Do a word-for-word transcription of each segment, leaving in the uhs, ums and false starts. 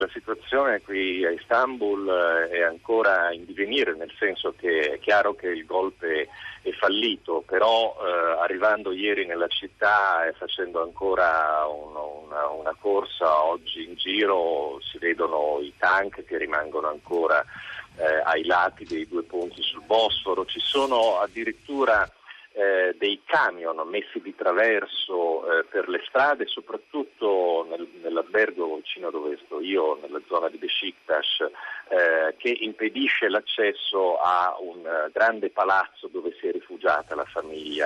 La situazione qui a Istanbul è ancora in divenire, nel senso che è chiaro che il golpe è fallito, però eh, arrivando ieri nella città e facendo ancora un, una, una corsa oggi in giro si vedono i tank che rimangono ancora eh, ai lati dei due ponti sul Bosforo, ci sono addirittura Eh, dei camion messi di traverso eh, per le strade, soprattutto nel, nell'albergo vicino dove sto io, nella zona di Beşiktaş, eh, che impedisce l'accesso a un uh, grande palazzo dove si è rifugiata la famiglia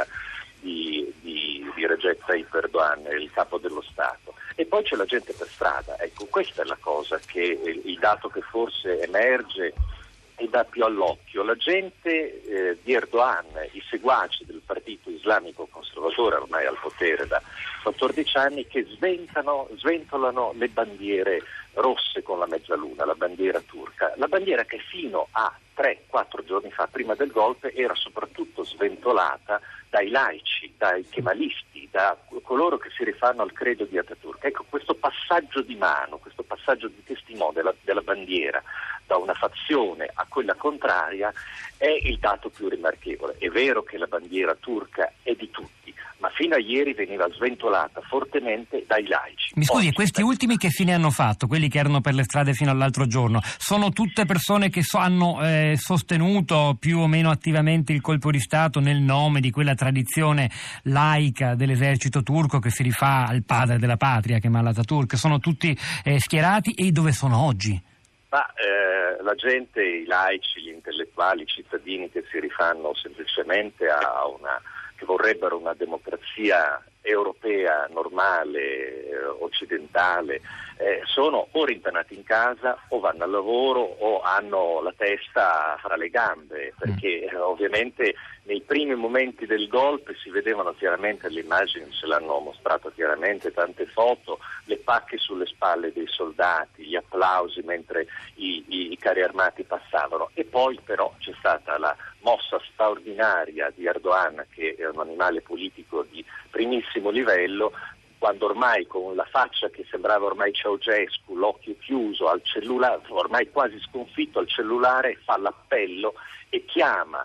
di, di, di Recep Tayyip Erdogan, il capo dello Stato. E poi c'è la gente per strada. Ecco, questa è la cosa, che il, il dato che forse emerge e dà più all'occhio. La gente eh, di Erdogan, i seguaci del partito islamico conservatore ormai al potere da quattordici anni, che sventano, sventolano le bandiere rosse con la mezzaluna, la bandiera turca, la bandiera che fino a tre quattro giorni fa, prima del golpe, era soprattutto sventolata dai laici, dai kemalisti, da coloro che si rifanno al credo di Ataturk. Ecco, questo passaggio di mano, questo passaggio di testimone della, della bandiera da una fazione a quella contraria è il dato più rimarchevole. È vero che la bandiera turca è di tutti, ma fino a ieri veniva sventolata fortemente dai laici. Mi scusi, Oggi, questi beh, ultimi che fine hanno fatto? Quelli che erano per le strade fino all'altro giorno? Sono tutte persone che so, hanno eh, sostenuto più o meno attivamente il colpo di Stato nel nome di quella tradizione laica dell'esercito turco che si rifà al padre della patria, Kemal Atatürk? Sono tutti eh, schierati, e dove sono oggi? Ma eh, la gente, i laici, gli intellettuali, i cittadini che si rifanno semplicemente a una, che vorrebbero una democrazia europea, normale, eh, occidentale, eh, sono o rintanati in casa o vanno al lavoro o hanno la testa fra le gambe, perché eh, ovviamente nei primi momenti del golpe si vedevano chiaramente, le immagini ce l'hanno mostrato chiaramente, tante foto, le pacche sulle spalle dei soldati, gli applausi mentre i, i, i carri armati passavano, e poi però c'è stata la mossa straordinaria di Erdogan, che è un animale politico di primissimo livello, quando ormai con la faccia che sembrava ormai Ceaușescu, l'occhio chiuso al cellulare, ormai quasi sconfitto al cellulare, fa l'appello e chiama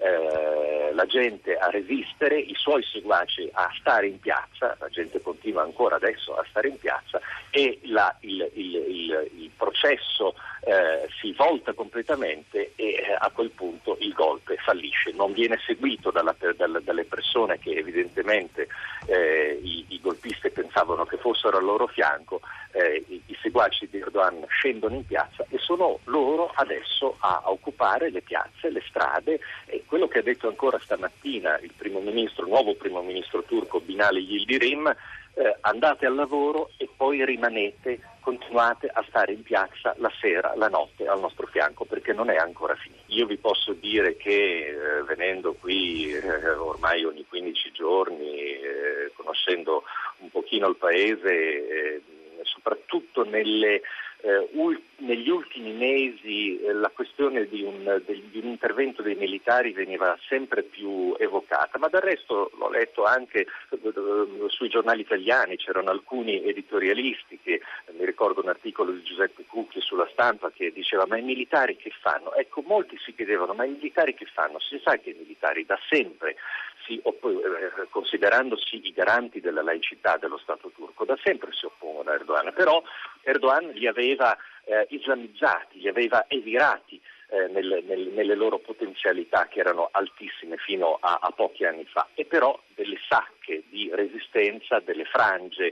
eh, la gente a resistere, i suoi seguaci a stare in piazza, la gente continua ancora adesso a stare in piazza, e la, il, il, il, il processo eh, si volta completamente e eh, a quel punto il golpe fallisce. Non viene seguito dalla, dalla, dalle persone che evidentemente eh, i, i golpisti pensavano che fossero al loro fianco, eh, i, i seguaci di Erdogan scendono in piazza e sono loro adesso a, a occupare le piazze, le strade, e quello che ha detto ancora stamattina il primo ministro, nuovo primo ministro turco Binali Yildirim, eh, andate al lavoro e poi rimanete, continuate a stare in piazza la sera, la notte al nostro fianco, perché non è ancora finito. Io vi posso dire che eh, venendo qui eh, ormai ogni quindici giorni, eh, conoscendo un pochino il paese, eh, soprattutto nelle Eh, ul- negli ultimi mesi eh, la questione di un, de- di un intervento dei militari veniva sempre più evocata, ma del resto l'ho letto anche eh, sui giornali italiani, c'erano alcuni editorialisti che, eh, mi ricordo un articolo di Giuseppe Cucchi sulla Stampa che diceva: ma i militari che fanno? Ecco, molti si chiedevano: ma i militari che fanno? Si sa che i militari da sempre, si opp- eh, considerandosi i garanti della laicità dello Stato turco, da sempre si oppongono a Erdogan, però Erdogan li aveva eh, islamizzati, li aveva evirati eh, nel, nel, nelle loro potenzialità che erano altissime fino a, a pochi anni fa, e però delle sacche di resistenza, delle frange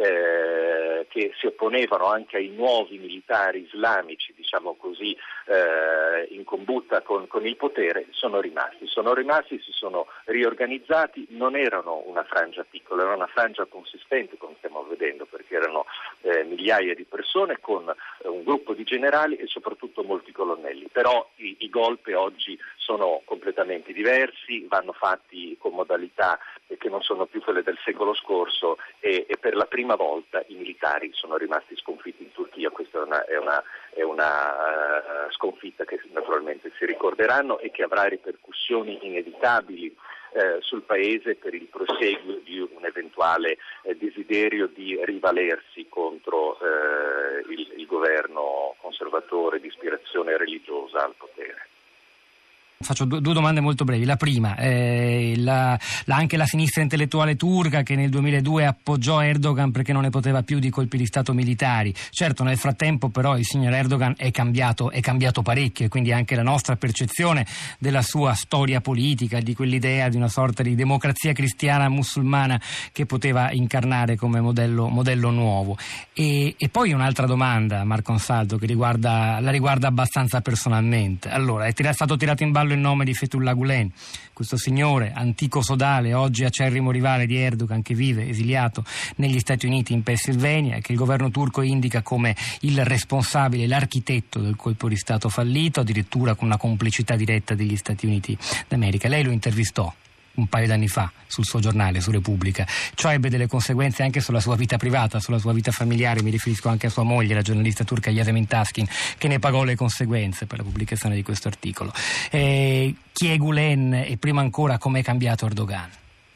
eh, che si opponevano anche ai nuovi militari islamici, diciamo così, eh, in combutta con, con il potere, sono rimasti, sono rimasti, si sono riorganizzati, non erano una frangia piccola, era una frangia consistente, come stiamo vedendo, perché erano eh, migliaia di persone con eh, un gruppo di generali e soprattutto molti colonnelli, però i, i golpe oggi sono completamente diversi, vanno fatti con modalità che non sono più quelle del secolo scorso, e, e per la prima volta i militari sono rimasti sconfitti in Turchia. Questa è una, è una, è una uh, sconfitta che naturalmente si ricorderanno e che avrà ripercussioni inevitabili eh, sul paese per il proseguo di un eventuale eh, desiderio di rivalersi contro eh, il, il governo conservatore di ispirazione religiosa al potere. Faccio due, due domande molto brevi. La prima, eh, la, la, anche la sinistra intellettuale turca che nel duemiladue appoggiò Erdogan perché non ne poteva più di colpi di Stato militari. Certo, nel frattempo però il signor Erdogan è cambiato, è cambiato parecchio, e quindi anche la nostra percezione della sua storia politica, di quell'idea di una sorta di democrazia cristiana musulmana che poteva incarnare come modello, modello nuovo. E, e poi un'altra domanda, Marco Ansaldo, che riguarda, la riguarda abbastanza personalmente. Allora, è tira, stato tirato in ballo il nome di Fethullah Gulen, questo signore antico sodale, oggi acerrimo rivale di Erdogan, che vive esiliato negli Stati Uniti in Pennsylvania e che il governo turco indica come il responsabile, l'architetto del colpo di Stato fallito, addirittura con una complicità diretta degli Stati Uniti d'America. Lei lo intervistò un paio d'anni fa sul suo giornale, su Repubblica. Ciò ebbe delle conseguenze anche sulla sua vita privata, sulla sua vita familiare. Mi riferisco anche a sua moglie, la giornalista turca Yasemin Taskin, che ne pagò le conseguenze per la pubblicazione di questo articolo. Eh, chi è Gulen e prima ancora com'è cambiato Erdogan?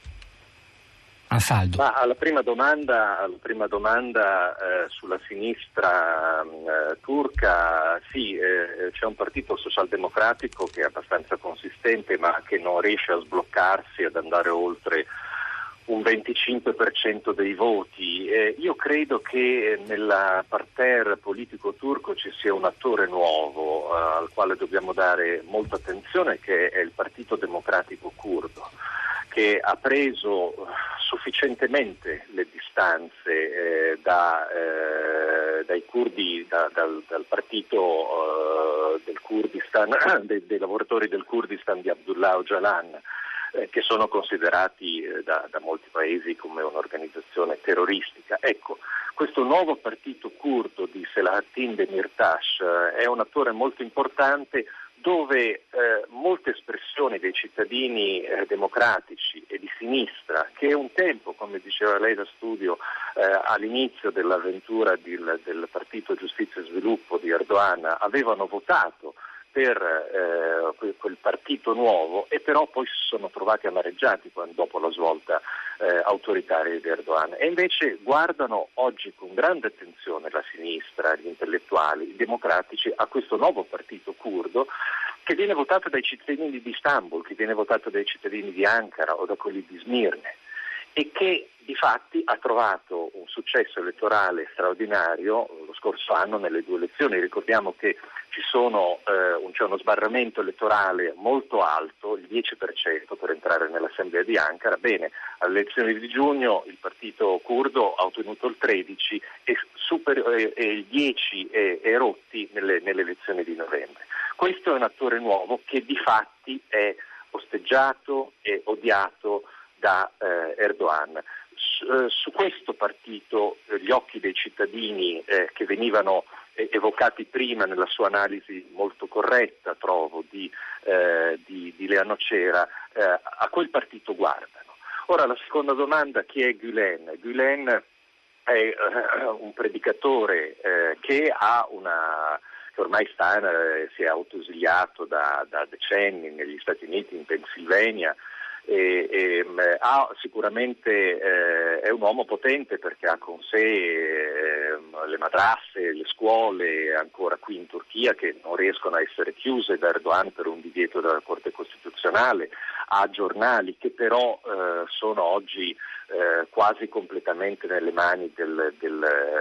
Ansaldo. Ma alla prima domanda, alla prima domanda eh, sulla sinistra eh, turca, sì, eh, c'è un partito socialdemocratico che è abbastanza consistente, ma che non riesce a sbloccarsi, ad andare oltre un venticinque per cento dei voti. Eh, io credo che nella parterre politico turco ci sia un attore nuovo eh, al quale dobbiamo dare molta attenzione, che è il Partito Democratico Curdo, che ha preso sufficientemente le distanze eh, da, eh, dai curdi, da, dal, dal partito eh, del Kurdistan, dei, dei lavoratori del Kurdistan di Abdullah Öcalan, eh, che sono considerati eh, da, da molti paesi come un'organizzazione terroristica. Ecco, questo nuovo partito curdo di Selahattin Demirtas eh, è un attore molto importante, dove eh, molte espressioni dei cittadini eh, democratici e di sinistra, che un tempo, come diceva lei da studio, eh, all'inizio dell'avventura del, del Partito Giustizia e Sviluppo di Erdogan, avevano votato per eh, quel partito nuovo, e però poi si sono trovati amareggiati quando, dopo la svolta eh, autoritaria di Erdogan, e invece guardano oggi con grande attenzione la sinistra, gli intellettuali, i democratici, a questo nuovo partito curdo che viene votato dai cittadini di Istanbul, che viene votato dai cittadini di Ankara o da quelli di Smirne, e che di fatti ha trovato un successo elettorale straordinario lo scorso anno nelle due elezioni. Ricordiamo che ci sono, eh, c'è uno sbarramento elettorale molto alto, il dieci per cento per entrare nell'assemblea di Ankara. Bene, alle elezioni di giugno il partito curdo ha ottenuto il tredici e, super, eh, e il dieci è, è rotti nelle, nelle elezioni di novembre. Questo è un attore nuovo che di fatti è osteggiato e odiato da eh, Erdogan. Su, eh, su questo partito eh, gli occhi dei cittadini eh, che venivano eh, evocati prima nella sua analisi molto corretta, trovo, di, eh, di, di Lea Nocera, eh, a quel partito guardano. Ora la seconda domanda: chi è Gulen? Gulen è eh, un predicatore eh, che ha una che ormai sta, eh, si è autoesiliato da, da decenni negli Stati Uniti, in Pennsylvania. E, e, ha sicuramente eh, è un uomo potente, perché ha con sé eh, le madrasse, le scuole ancora qui in Turchia, che non riescono a essere chiuse da Erdogan per un divieto della Corte Costituzionale, ha giornali che però eh, sono oggi eh, quasi completamente nelle mani del, del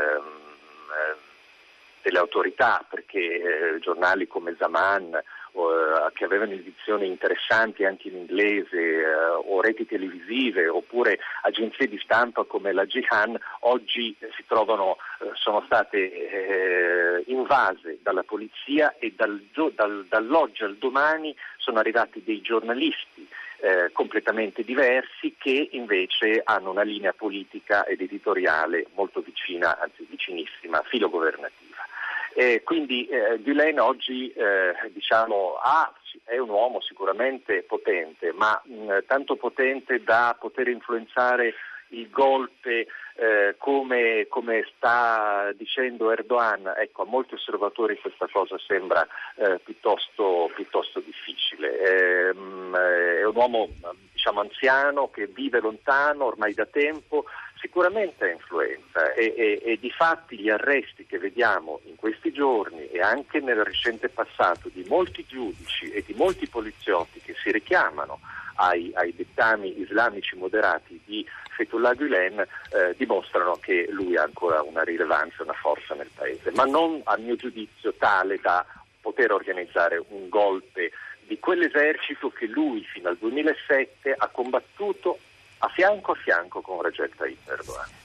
eh, delle autorità, perché eh, giornali come Zaman, Uh, che avevano edizioni interessanti anche in inglese, uh, o reti televisive, oppure agenzie di stampa come la Jihan, oggi si trovano, uh, sono state uh, invase dalla polizia, e dal, dal, dall'oggi al domani sono arrivati dei giornalisti uh, completamente diversi, che invece hanno una linea politica ed editoriale molto vicina, anzi vicinissima, filogovernativa. Eh, quindi eh, Gulen oggi eh, diciamo ha, è un uomo sicuramente potente, ma mh, tanto potente da poter influenzare il golpe eh, come, come sta dicendo Erdogan. Ecco, a molti osservatori questa cosa sembra eh, piuttosto, piuttosto difficile. Eh, mh, è un uomo diciamo anziano, che vive lontano ormai da tempo, Sicuramente ha influenza e, e, e di fatti gli arresti che vediamo in questi giorni e anche nel recente passato di molti giudici e di molti poliziotti che si richiamano ai, ai dettami islamici moderati di Fethullah Gülen eh, dimostrano che lui ha ancora una rilevanza, una forza nel paese, ma non a mio giudizio tale da poter organizzare un golpe di quell'esercito che lui fino al duemilasette ha combattuto a fianco a fianco con Recep Tayyip Erdogan.